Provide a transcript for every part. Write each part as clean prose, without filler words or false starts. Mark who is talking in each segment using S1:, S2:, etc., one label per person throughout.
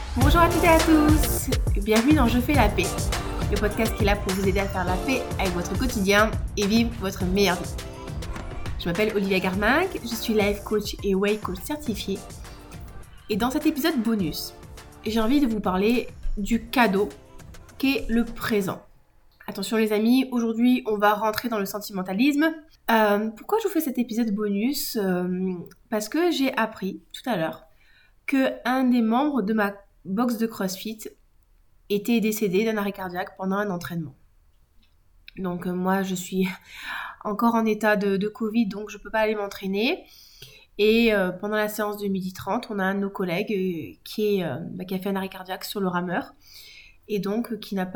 S1: Bonjour à toutes et à tous, bienvenue dans Je fais la paix, le podcast qui est là pour vous aider à faire la paix avec votre quotidien et vivre votre meilleure vie. Je m'appelle Olivia Garminck, je suis life coach et way coach certifiée. Et dans cet épisode bonus, j'ai envie de vous parler du cadeau qu'est le présent. Attention les amis, aujourd'hui on va rentrer dans le sentimentalisme. Pourquoi je vous fais cet épisode bonus ? Parce que j'ai appris tout à l'heure qu'un des membres de ma box de CrossFit était décédé d'un arrêt cardiaque pendant un entraînement. Donc moi je suis encore en état de Covid, donc je peux pas aller m'entraîner. Et pendant la séance de 12h30, on a un de nos collègues qui a fait un arrêt cardiaque sur le rameur et donc qui est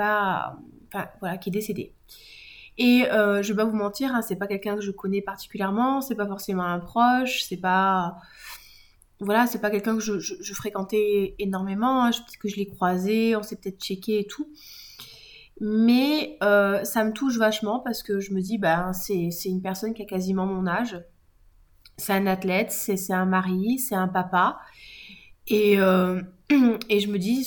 S1: décédé. Et je vais pas vous mentir, c'est pas quelqu'un que je connais particulièrement, c'est pas forcément un proche, c'est pas quelqu'un que je fréquentais énormément, peut-être que je l'ai croisé, on s'est peut-être checké et tout. Mais ça me touche vachement parce que je me dis, c'est une personne qui a quasiment mon âge. C'est un athlète, c'est un mari, c'est un papa. Et je me dis,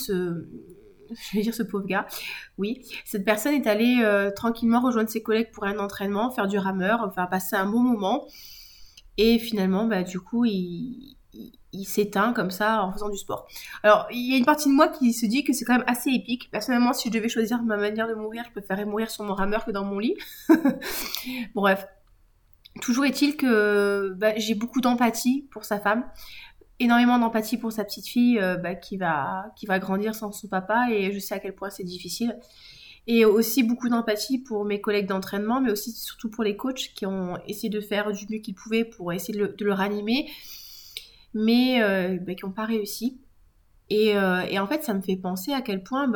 S1: ce pauvre gars, oui, cette personne est allée tranquillement rejoindre ses collègues pour un entraînement, faire du rameur, passer un bon moment. Et finalement, du coup, il s'éteint comme ça en faisant du sport. Alors, il y a une partie de moi qui se dit que c'est quand même assez épique. Personnellement, si je devais choisir ma manière de mourir, je préférerais mourir sur mon rameur que dans mon lit. Bref. Toujours est-il que j'ai beaucoup d'empathie pour sa femme, énormément d'empathie pour sa petite fille qui va grandir sans son papa, et je sais à quel point c'est difficile. Et aussi beaucoup d'empathie pour mes collègues d'entraînement, mais aussi surtout pour les coachs qui ont essayé de faire du mieux qu'ils pouvaient pour essayer de le ranimer, mais qui n'ont pas réussi. Et en fait, ça me fait penser à quel point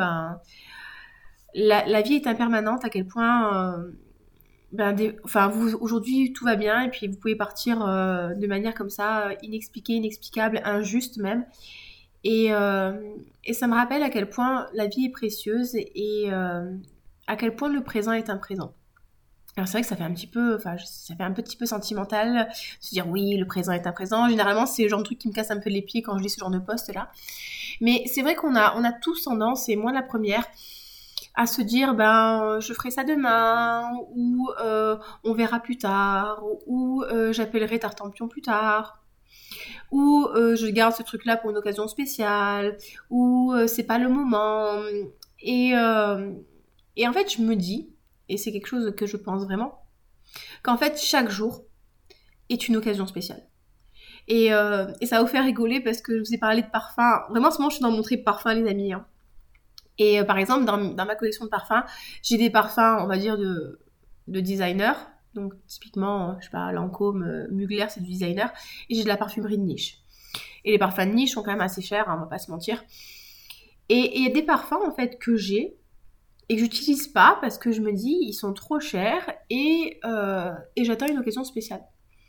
S1: la vie est impermanente, à quel point aujourd'hui tout va bien et puis vous pouvez partir de manière comme ça, inexpliquée, inexplicable, injuste même. Et ça me rappelle à quel point la vie est précieuse et à quel point le présent est un présent. Alors c'est vrai que ça fait un petit peu sentimental de se dire oui, le présent est un présent. Généralement, c'est le genre de truc qui me casse un peu les pieds quand je lis ce genre de post-là. Mais c'est vrai qu'on a tous tendance, et moi la première, à se dire je ferai ça demain, ou on verra plus tard, ou j'appellerai Tartampion plus tard, ou je garde ce truc-là pour une occasion spéciale, ou c'est pas le moment. Et, et en fait, je me dis, et c'est quelque chose que je pense vraiment, qu'en fait, chaque jour est une occasion spéciale. Et ça va vous faire rigoler parce que je vous ai parlé de parfum. Vraiment, en ce moment, je suis dans mon trip parfum, les amis. Et par exemple, dans ma collection de parfums, j'ai des parfums, on va dire, de designer. Donc, typiquement, je sais pas, Lancôme, Mugler, c'est du designer. Et j'ai de la parfumerie de niche. Et les parfums de niche sont quand même assez chers, on va pas se mentir. Et il y a des parfums, en fait, que j'ai et que j'utilise pas parce que je me dis, ils sont trop chers et j'attends une occasion spéciale.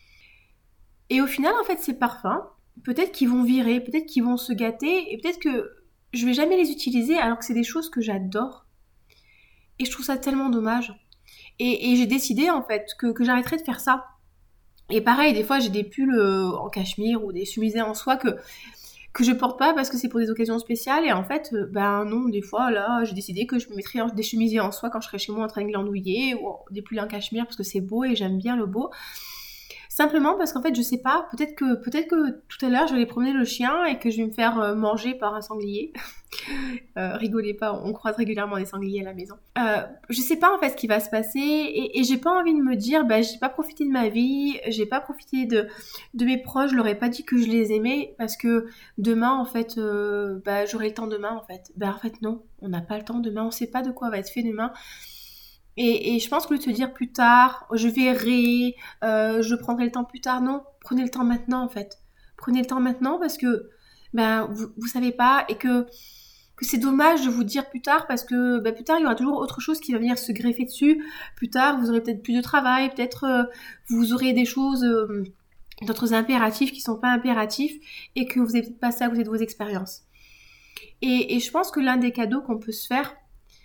S1: Et au final, en fait, ces parfums, peut-être qu'ils vont virer, peut-être qu'ils vont se gâter, et peut-être que je vais jamais les utiliser alors que c'est des choses que j'adore. Et je trouve ça tellement dommage. Et j'ai décidé en fait que j'arrêterais de faire ça. Et pareil, des fois j'ai des pulls en cachemire ou des chemises en soie que je porte pas parce que c'est pour des occasions spéciales. Et en fait, non, des fois là, j'ai décidé que je me mettrais des chemises en soie quand je serais chez moi en train de glandouiller, ou des pulls en cachemire parce que c'est beau et j'aime bien le beau. Simplement parce qu'en fait, je sais pas, peut-être que tout à l'heure, je vais aller promener le chien et que je vais me faire manger par un sanglier. Rigolez pas, on croise régulièrement des sangliers à la maison. Je sais pas en fait ce qui va se passer et j'ai pas envie de me dire j'ai pas profité de ma vie, j'ai pas profité de mes proches, je leur ai pas dit que je les aimais parce que demain en fait j'aurai le temps demain en fait. En fait non, on n'a pas le temps demain, on sait pas de quoi va être fait demain. Et je pense que de se dire plus tard, je verrai, je prendrai le temps plus tard, non, prenez le temps maintenant en fait. Prenez le temps maintenant parce que vous savez pas et que c'est dommage de vous dire plus tard parce que plus tard il y aura toujours autre chose qui va venir se greffer dessus. Plus tard vous aurez peut-être plus de travail, peut-être vous aurez des choses, d'autres impératifs qui sont pas impératifs et que vous avez peut-être passé à côté de vos expériences. Et je pense que l'un des cadeaux qu'on peut se faire,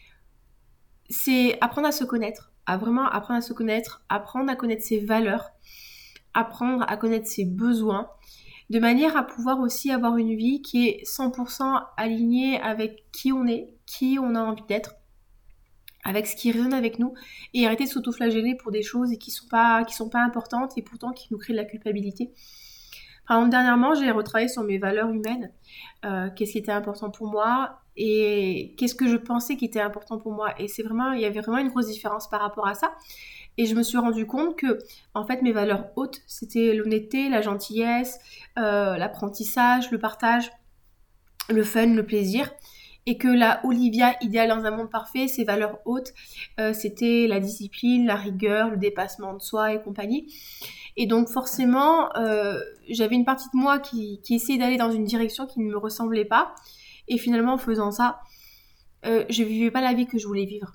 S1: c'est apprendre à se connaître, à vraiment apprendre à se connaître, apprendre à connaître ses valeurs, apprendre à connaître ses besoins de manière à pouvoir aussi avoir une vie qui est 100% alignée avec qui on est, qui on a envie d'être, avec ce qui résonne avec nous, et arrêter de s'auto-flageller pour des choses qui sont pas importantes et pourtant qui nous créent de la culpabilité. Par exemple, dernièrement, j'ai retravaillé sur mes valeurs humaines, qu'est-ce qui était important pour moi et qu'est-ce que je pensais qui était important pour moi. Et il y avait vraiment une grosse différence par rapport à ça. Et je me suis rendu compte que, en fait, mes valeurs hautes, c'était l'honnêteté, la gentillesse, l'apprentissage, le partage, le fun, le plaisir. Et que la Olivia idéale dans un monde parfait, ses valeurs hautes, c'était la discipline, la rigueur, le dépassement de soi et compagnie. Et donc forcément, j'avais une partie de moi qui essayait d'aller dans une direction qui ne me ressemblait pas. Et finalement, en faisant ça, je vivais pas la vie que je voulais vivre.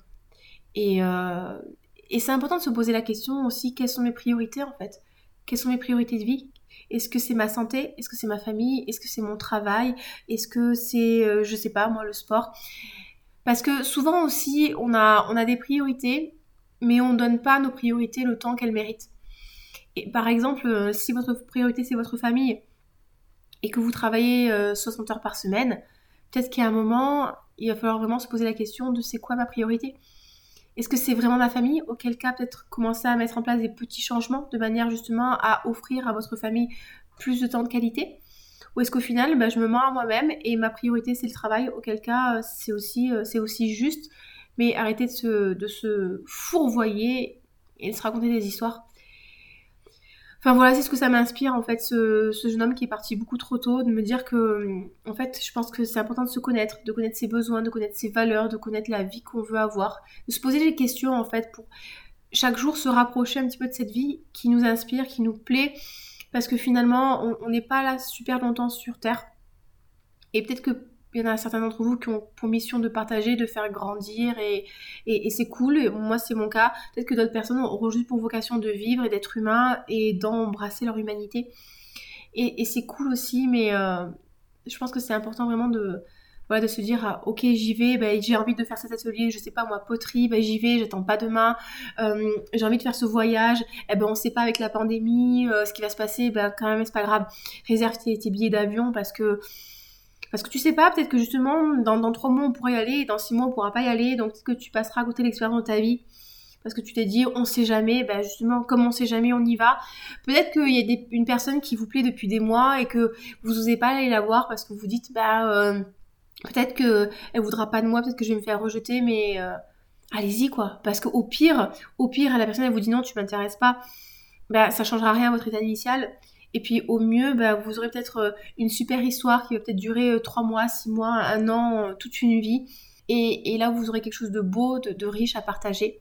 S1: Et c'est important de se poser la question aussi, quelles sont mes priorités en fait? Quelles sont mes priorités de vie? Est-ce que c'est ma santé? Est-ce que c'est ma famille? Est-ce que c'est mon travail? Est-ce que c'est, je sais pas, moi, le sport? Parce que souvent aussi, on a des priorités, mais on donne pas à nos priorités le temps qu'elles méritent. Et par exemple, si votre priorité c'est votre famille et que vous travaillez 60 heures par semaine, peut-être qu'à un moment, il va falloir vraiment se poser la question de c'est quoi ma priorité? Est-ce que c'est vraiment ma famille? Auquel cas, peut-être commencer à mettre en place des petits changements de manière justement à offrir à votre famille plus de temps de qualité? Ou est-ce qu'au final, je me mens à moi-même et ma priorité c'est le travail? Auquel cas, c'est aussi juste, mais arrêtez de se fourvoyer et de se raconter des histoires. Enfin voilà, c'est ce que ça m'inspire en fait, ce jeune homme qui est parti beaucoup trop tôt, de me dire que en fait je pense que c'est important de se connaître, de connaître ses besoins, de connaître ses valeurs, de connaître la vie qu'on veut avoir, de se poser des questions en fait pour chaque jour se rapprocher un petit peu de cette vie qui nous inspire, qui nous plaît, parce que finalement on n'est pas là super longtemps sur Terre. Et peut-être que il y en a certains d'entre vous qui ont pour mission de partager, de faire grandir et c'est cool. Et moi, c'est mon cas. Peut-être que d'autres personnes auront juste pour vocation de vivre et d'être humains et d'embrasser leur humanité. Et c'est cool aussi, mais je pense que c'est important vraiment de se dire ok, j'y vais, j'ai envie de faire cet atelier, je sais pas moi, poterie, j'y vais, j'attends pas demain, j'ai envie de faire ce voyage, on sait pas avec la pandémie ce qui va se passer, quand même c'est pas grave, réserve tes billets d'avion parce que tu sais pas, peut-être que justement, dans 3 mois, on pourra y aller, et dans 6 mois, on pourra pas y aller, donc peut-être que tu passeras à côté de l'expérience de ta vie, parce que tu t'es dit, on sait jamais, justement, comme on sait jamais, on y va. Peut-être qu'il y a une personne qui vous plaît depuis des mois, et que vous osez pas aller la voir, parce que vous dites, peut-être qu'elle voudra pas de moi, peut-être que je vais me faire rejeter, mais allez-y, quoi. Parce qu'au pire, la personne, elle vous dit non, tu m'intéresses pas, ça changera rien à votre état initial. Et puis au mieux, vous aurez peut-être une super histoire qui va peut-être durer 3 mois, 6 mois, 1 an, toute une vie. Et là, vous aurez quelque chose de beau, de riche à partager.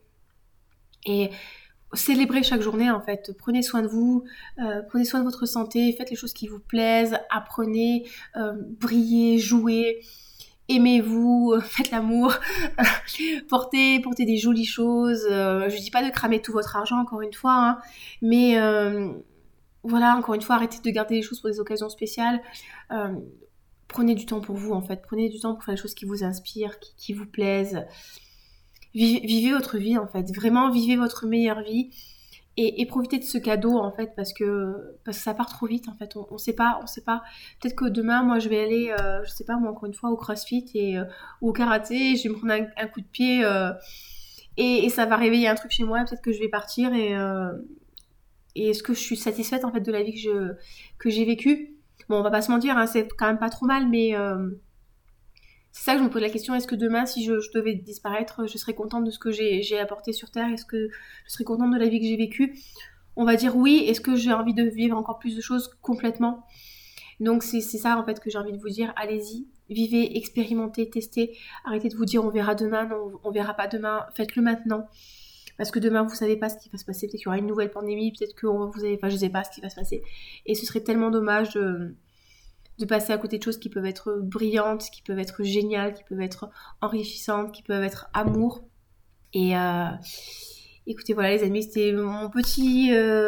S1: Et célébrez chaque journée en fait. Prenez soin de vous, prenez soin de votre santé, faites les choses qui vous plaisent, apprenez, brillez, jouez. Aimez-vous, faites l'amour, portez des jolies choses. Je dis pas de cramer tout votre argent encore une fois, hein, mais voilà, encore une fois, arrêtez de garder les choses pour des occasions spéciales. Prenez du temps pour vous, en fait. Prenez du temps pour faire les choses qui vous inspirent, qui vous plaisent. Vivez votre vie, en fait. Vraiment, vivez votre meilleure vie. Et profitez de ce cadeau, en fait, parce que ça part trop vite, en fait. On sait pas. Peut-être que demain, moi, je vais aller, je sais pas, moi, encore une fois, au CrossFit ou au karaté. Je vais me prendre un coup de pied et ça va réveiller un truc chez moi. Peut-être que je vais partir et est-ce que je suis satisfaite en fait de la vie que j'ai vécue? Bon, on va pas se mentir, hein, c'est quand même pas trop mal, mais c'est ça que je me pose la question. Est-ce que demain, si je devais disparaître, je serais contente de ce que j'ai apporté sur Terre? Est-ce que je serais contente de la vie que j'ai vécue? On va dire oui. Est-ce que j'ai envie de vivre encore plus de choses? Complètement. Donc c'est ça en fait que j'ai envie de vous dire. Allez-y, vivez, expérimentez, testez. Arrêtez de vous dire on verra demain, non, on verra pas demain. Faites-le maintenant. Parce que demain, vous savez pas ce qui va se passer. Peut-être qu'il y aura une nouvelle pandémie, peut-être que je sais pas ce qui va se passer. Et ce serait tellement dommage de passer à côté de choses qui peuvent être brillantes, qui peuvent être géniales, qui peuvent être enrichissantes, qui peuvent être amour. Et écoutez, voilà les amis, c'était mon petit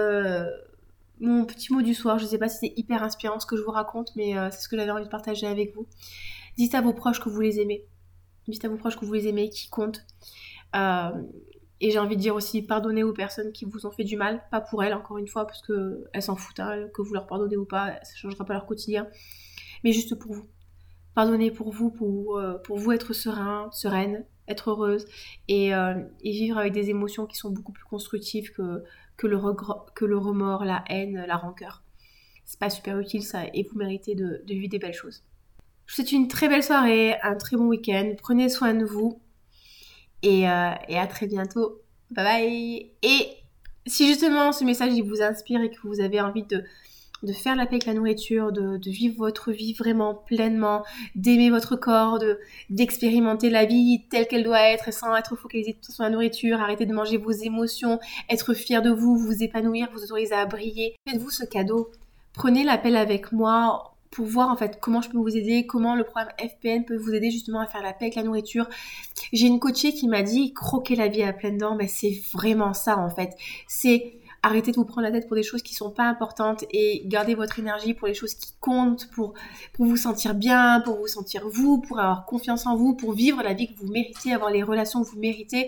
S1: mot du soir. Je sais pas si c'est hyper inspirant ce que je vous raconte, mais c'est ce que j'avais envie de partager avec vous. Dites à vos proches que vous les aimez. Dites à vos proches que vous les aimez, qui comptent. Et j'ai envie de dire aussi, pardonnez aux personnes qui vous ont fait du mal, pas pour elles encore une fois, parce qu'elles s'en foutent, hein, que vous leur pardonnez ou pas, ça changera pas leur quotidien, mais juste pour vous. Pardonnez pour vous être serein, sereine, être heureuse et vivre avec des émotions qui sont beaucoup plus constructives que le remords, la haine, la rancœur. C'est pas super utile ça et vous méritez de vivre des belles choses. Je vous souhaite une très belle soirée, un très bon week-end. Prenez soin de vous et à très bientôt. Bye bye. Et si justement ce message il vous inspire et que vous avez envie de faire la paix avec la nourriture, de vivre votre vie vraiment pleinement, d'aimer votre corps, d'expérimenter la vie telle qu'elle doit être sans être focalisé sur la nourriture, arrêter de manger vos émotions, être fier de vous, vous épanouir, vous autoriser à briller. Faites-vous ce cadeau. Prenez l'appel avec moi pour voir en fait comment je peux vous aider, comment le programme FPN peut vous aider justement à faire la paix avec la nourriture. J'ai une coachée qui m'a dit croquer la vie à pleines dents, mais c'est vraiment ça en fait. C'est arrêtez de vous prendre la tête pour des choses qui sont pas importantes et gardez votre énergie pour les choses qui comptent, pour vous sentir bien, pour vous sentir vous, pour avoir confiance en vous, pour vivre la vie que vous méritez, avoir les relations que vous méritez.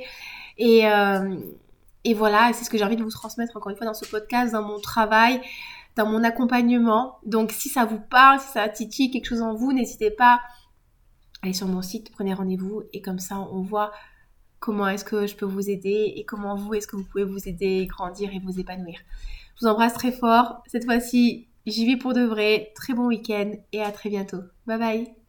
S1: Et voilà, c'est ce que j'ai envie de vous transmettre encore une fois dans ce podcast, dans mon travail, dans mon accompagnement. Donc si ça vous parle, si ça titille quelque chose en vous, n'hésitez pas, allez sur mon site, prenez rendez-vous et comme ça on voit comment est-ce que je peux vous aider et comment vous, est-ce que vous pouvez vous aider, grandir et vous épanouir. Je vous embrasse très fort. Cette fois-ci, j'y vais pour de vrai. Très bon week-end et à très bientôt. Bye bye.